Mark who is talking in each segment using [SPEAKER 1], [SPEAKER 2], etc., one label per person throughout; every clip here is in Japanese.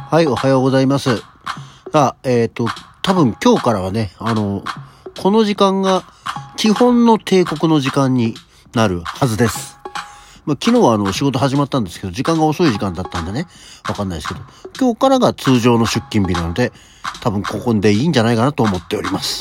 [SPEAKER 1] はい、おはようございます。多分今日からはね、この時間が基本の定刻の時間になるはずです。昨日は仕事始まったんですけど、時間が遅い時間だったんでね、わかんないですけど、今日からが通常の出勤日なので、多分ここでいいんじゃないかなと思っております。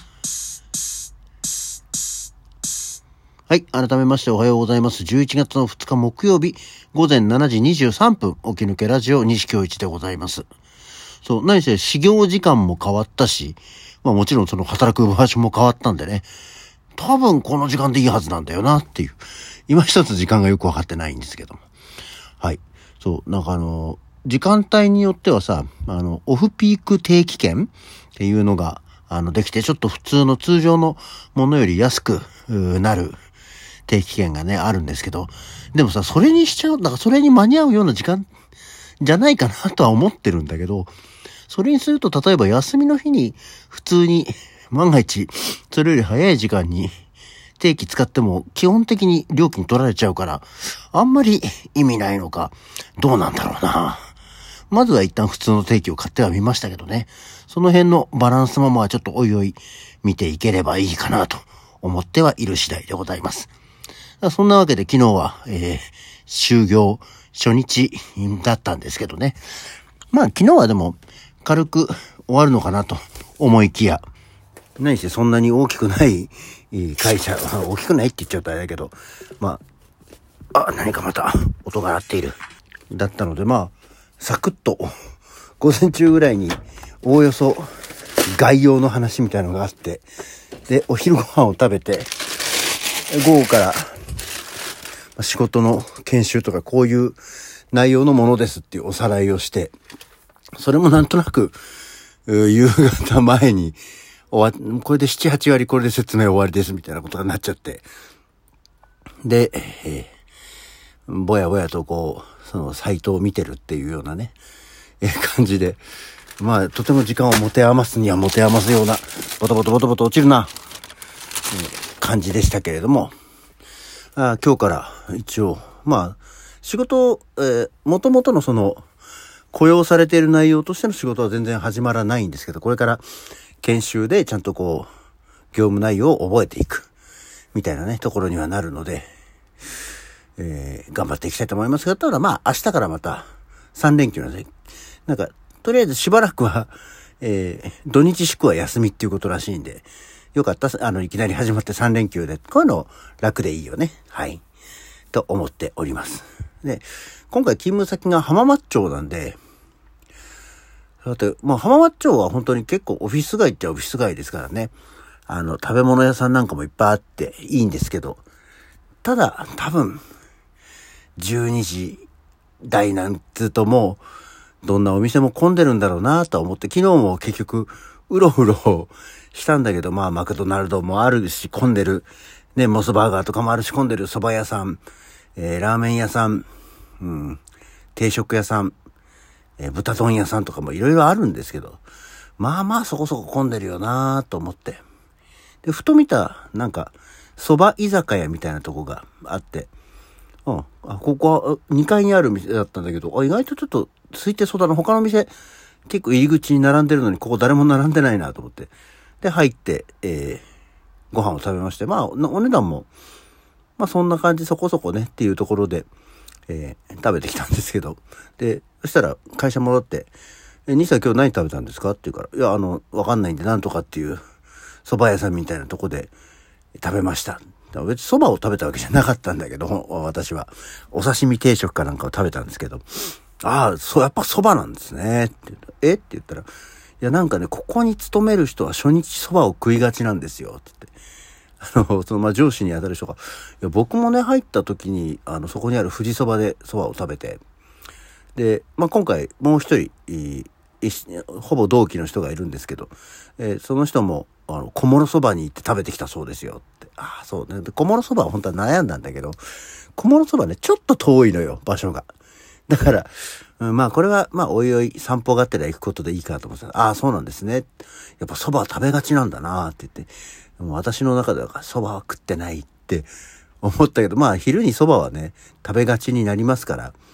[SPEAKER 1] はい。改めましておはようございます。11月の2日木曜日、午前7時23分、起き抜けラジオ西京一でございます。そう、何せ始業時間も変わったし、もちろんその働く場所も変わったんでね、多分この時間でいいはずなんだよなっていう、今一つ時間がよくわかってないんですけども。はい。そう、時間帯によってはさ、オフピーク定期券っていうのが、できて、ちょっと普通の通常のものより安くなる定期券がね、あるんですけど、でもさ、それにしちゃう、だからそれに間に合うような時間じゃないかなとは思ってるんだけど、それにすると、例えば休みの日に普通に、万が一、それより早い時間に定期使っても基本的に料金取られちゃうから、あんまり意味ないのか、どうなんだろうな。まずは一旦普通の定期を買ってはみましたけどね。その辺のバランスもちょっとおいおい見ていければいいかなと思ってはいる次第でございます。そんなわけで昨日は、終業初日だったんですけどね。昨日はでも軽く終わるのかなと思いきや、何せそんなに大きくない会社、大きくないって言っちゃうとあれだけど、何かまた音が鳴っている。だったのでサクッと午前中ぐらいにおおよそ概要の話みたいなのがあって、で、お昼ご飯を食べて、午後から仕事の研修とかこういう内容のものですっていうおさらいをして、それもなんとなく夕方前にこれで7、8割これで説明終わりですみたいなことになっちゃって、で、ぼやぼやとそのサイトを見てるっていうようなね、感じで、とても時間を持て余すには持て余すような、ボトボトボトボト落ちるな、感じでしたけれども、今日から一応、仕事、もともとのその、雇用されている内容としての仕事は全然始まらないんですけど、これから研修でちゃんと業務内容を覚えていく、みたいなね、ところにはなるので、頑張っていきたいと思いますが、ただ明日からまた3連休なんで、とりあえずしばらくは、土日祝は休みっていうことらしいんで、よかった、いきなり始まって3連休で、こういうの楽でいいよね。はい。と思っております。で、今回勤務先が浜松町なんで、だって、浜松町は本当に結構オフィス街っちゃオフィス街ですからね。食べ物屋さんなんかもいっぱいあっていいんですけど、ただ、多分、12時台なんつうともう、どんなお店も混んでるんだろうなと思って、昨日も結局、うろうろしたんだけど、マクドナルドもあるし、混んでる。ね、モスバーガーとかもあるし、混んでる蕎麦屋さん、ラーメン屋さん、定食屋さん、豚丼屋さんとかもいろいろあるんですけど、そこそこ混んでるよなと思って。で、ふと見た、蕎麦居酒屋みたいなとこがあって、ここは2階にある店だったんだけど、意外とちょっと空いてそうだな。他の店、結構入り口に並んでるのに、ここ誰も並んでないなと思って。で、入って、ご飯を食べまして、お値段も、そんな感じそこそこねっていうところで、食べてきたんですけど、で、そしたら会社戻って、兄さん今日何食べたんですかって言うから、いや、わかんないんで、なんとかっていう蕎麦屋さんみたいなとこで食べました。別に蕎麦を食べたわけじゃなかったんだけど、私は。お刺身定食かなんかを食べたんですけど、やっぱ蕎麦なんですね。って言ったら、って言ったら、いやここに勤める人は初日蕎麦を食いがちなんですよ。って言って。上司に当たる人が、いや、僕もね、入った時に、そこにある富士蕎麦で蕎麦を食べて、で、今回、もう一人、ほぼ同期の人がいるんですけど、その人も、小諸蕎麦に行って食べてきたそうですよって。そうね。小諸蕎麦は本当は悩んだんだけど、小諸蕎麦ね、ちょっと遠いのよ、場所が。だから、これは、おいおい散歩がてら行くことでいいかと思ってた。そうなんですね。やっぱ蕎麦は食べがちなんだなって言って、私の中では蕎麦は食ってないって思ったけど、昼に蕎麦はね、食べがちになりますから、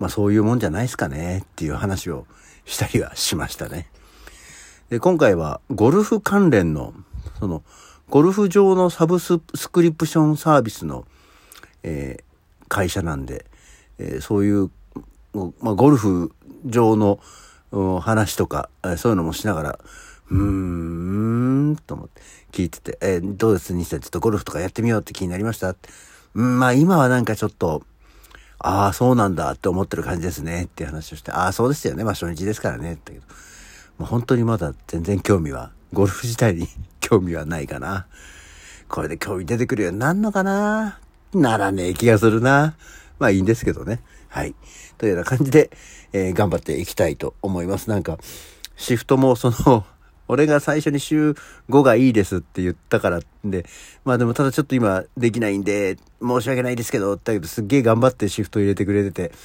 [SPEAKER 1] そういうもんじゃないですかねっていう話をしたりはしましたね。で、今回はゴルフ関連の、ゴルフ場のサブスクリプションサービスの、会社なんで、そういう、ゴルフ場の話とか、そういうのもしながら、と思って聞いてて、どうです西さん、ちょっとゴルフとかやってみようって気になりました？今はなんかちょっと、そうなんだって思ってる感じですねっていう話をして、そうですよね。初日ですからね。だけど、本当にまだ全然ゴルフ自体に興味はないかな。これで興味出てくるようになんのかな？ならねえ気がするな。いいんですけどね。はい。というような感じで、頑張っていきたいと思います。なんか、シフトも俺が最初に週5がいいですって言ったからで、でもただちょっと今できないんで、申し訳ないですけど、だけどすっげえ頑張ってシフト入れてくれてて、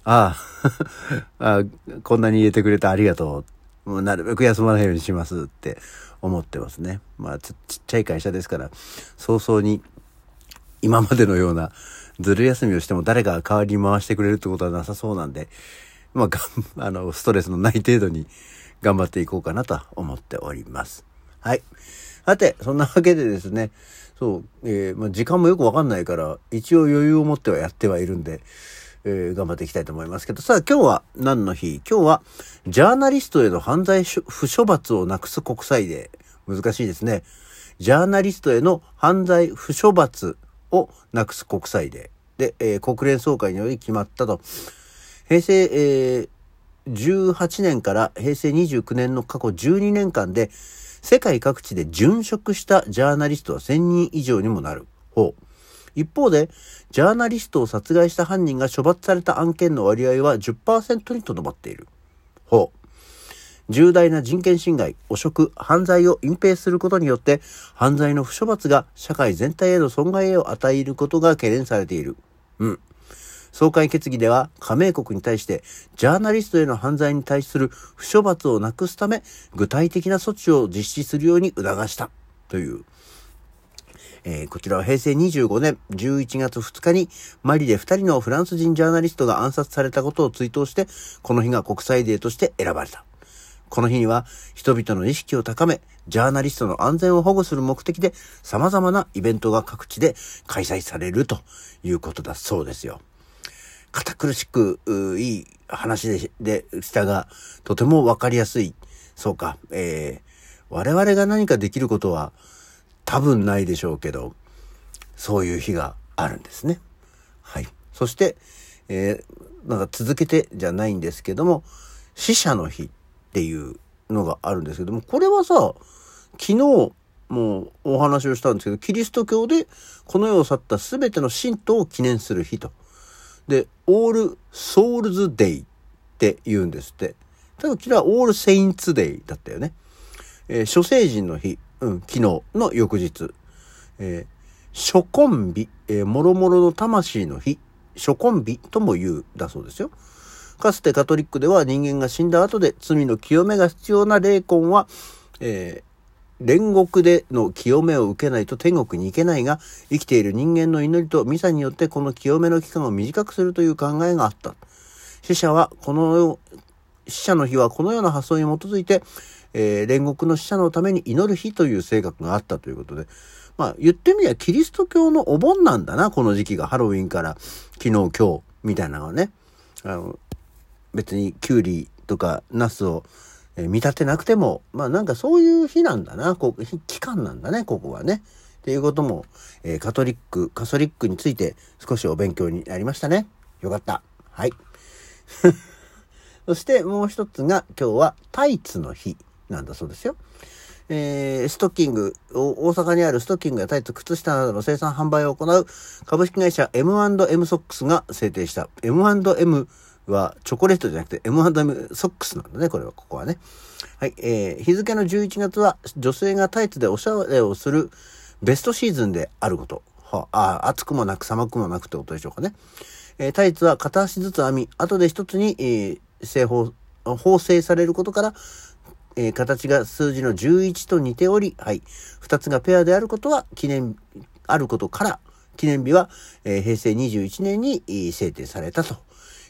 [SPEAKER 1] こんなに入れてくれてありがとう。もうなるべく休まないようにしますって思ってますね。ちっちゃい会社ですから、早々に今までのようなずる休みをしても誰かが代わりに回してくれるってことはなさそうなんで、ストレスのない程度に頑張っていこうかなと思っております。はい。さて、そんなわけでですね、時間もよくわかんないから、一応余裕を持ってはやってはいるんで、頑張っていきたいと思いますけど、さあ今日は何の日？今日は、ジャーナリストへの犯罪不処罰をなくす国際デー。難しいですね。ジャーナリストへの犯罪不処罰をなくす国際デー。で、国連総会により決まったと。平成、18年から平成29年の過去12年間で世界各地で殉職したジャーナリストは1000人以上にもなる。一方で、ジャーナリストを殺害した犯人が処罰された案件の割合は 10% にとどまっている。重大な人権侵害、汚職、犯罪を隠蔽することによって犯罪の不処罰が社会全体への損害を与えることが懸念されている。総会決議では加盟国に対してジャーナリストへの犯罪に対する不処罰をなくすため具体的な措置を実施するように促したという。こちらは平成25年11月2日にマリで2人のフランス人ジャーナリストが暗殺されたことを追悼して、この日が国際デーとして選ばれた。この日には人々の意識を高め、ジャーナリストの安全を保護する目的で様々なイベントが各地で開催されるということだそうですよ。堅苦しくいい話でしたが、とてもわかりやすい。そうか、我々が何かできることは多分ないでしょうけど、そういう日があるんですね。はい。そして、続けてじゃないんですけども、死者の日っていうのがあるんですけども、これはさ、昨日もうお話をしたんですけど、キリスト教でこの世を去ったすべての信徒を記念する日と。で、オールソウルズデイって言うんですって。ただこちらはオールセインツデイだったよね。諸聖人の日、昨日の翌日。諸根日、もろもろの魂の日、諸根日とも言うだそうですよ。かつてカトリックでは人間が死んだ後で罪の清めが必要な霊魂は、煉獄での清めを受けないと天国に行けないが、生きている人間の祈りとミサによってこの清めの期間を短くするという考えがあった。死者の日はこのような発想に基づいて、煉獄の死者のために祈る日という性格があったということで、言ってみりゃキリスト教のお盆なんだな、この時期が。ハロウィンから昨日今日みたいなのはね。別にキュウリとかナスを見立てなくても、なんかそういう日なんだな、期間なんだね、ここはね。っていうことも、カソリックについて少しお勉強になりましたね。よかった。はい。そしてもう一つが今日はタイツの日なんだそうですよ。ストッキング、大阪にあるストッキングやタイツ、靴下などの生産販売を行う株式会社 M&M ソックスが制定した。M&M はチョコレートじゃなくて M&M ソックスなんだね、ここはね。はい。日付の11月は女性がタイツでおしゃれをするベストシーズンであること。暑くもなく寒くもなくってことでしょうかね。タイツは片足ずつ編み、後で一つに、縫製されることから、形が数字の11と似ており、はい。二つがペアであることから、記念日は、平成21年に制定されたと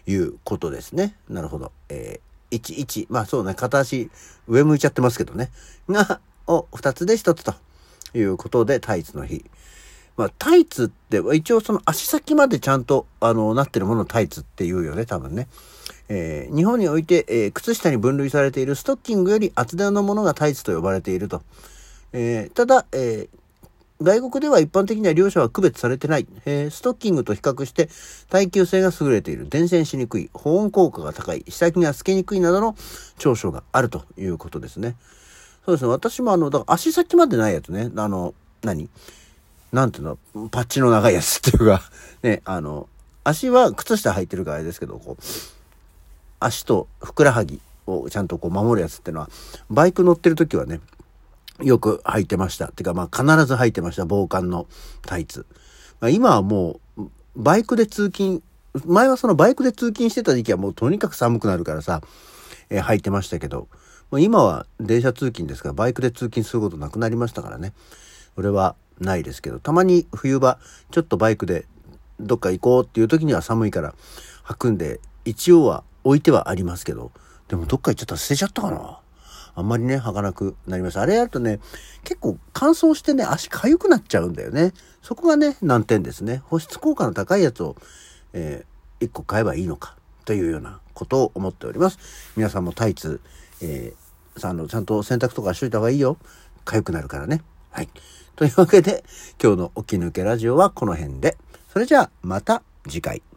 [SPEAKER 1] いうことですね。なるほど。11。まあそうね、片足上向いちゃってますけどね。を2つで1つということでタイツの日。まあタイツって一応その足先までちゃんとなってるものをタイツって言うよね、多分ね。日本において、靴下に分類されているストッキングより厚手のものがタイツと呼ばれていると。ただ、外国では一般的には両者は区別されてない。ストッキングと比較して耐久性が優れている。伝染しにくい。保温効果が高い。下着が透けにくいなどの長所があるということですね。そうですね。私もだから足先までないやつね。なんていうの、パッチの長いやつっていうか、ね、足は靴下履いてるからあれですけど、こう、足とふくらはぎをちゃんとこう守るやつっていうのは、バイク乗ってる時はね、よく履いてました。てか必ず履いてました。防寒のタイツ。今はもう、バイクで通勤、前はそのバイクで通勤してた時期はもうとにかく寒くなるからさ、履いてましたけど、今は電車通勤ですから、バイクで通勤することなくなりましたからね。それはないですけど、たまに冬場、ちょっとバイクでどっか行こうっていう時には寒いから履くんで、一応は置いてはありますけど、でもどっか行っちゃったら捨てちゃったかな。あんまりね、履かなくなりました。あれやるとね、結構乾燥してね、足痒くなっちゃうんだよね。そこがね、難点ですね。保湿効果の高いやつを、1個買えばいいのか、というようなことを思っております。皆さんもタイツ、ちゃんと洗濯とかしといた方がいいよ。痒くなるからね。はい。というわけで、今日の起き抜けラジオはこの辺で。それじゃあ、また次回。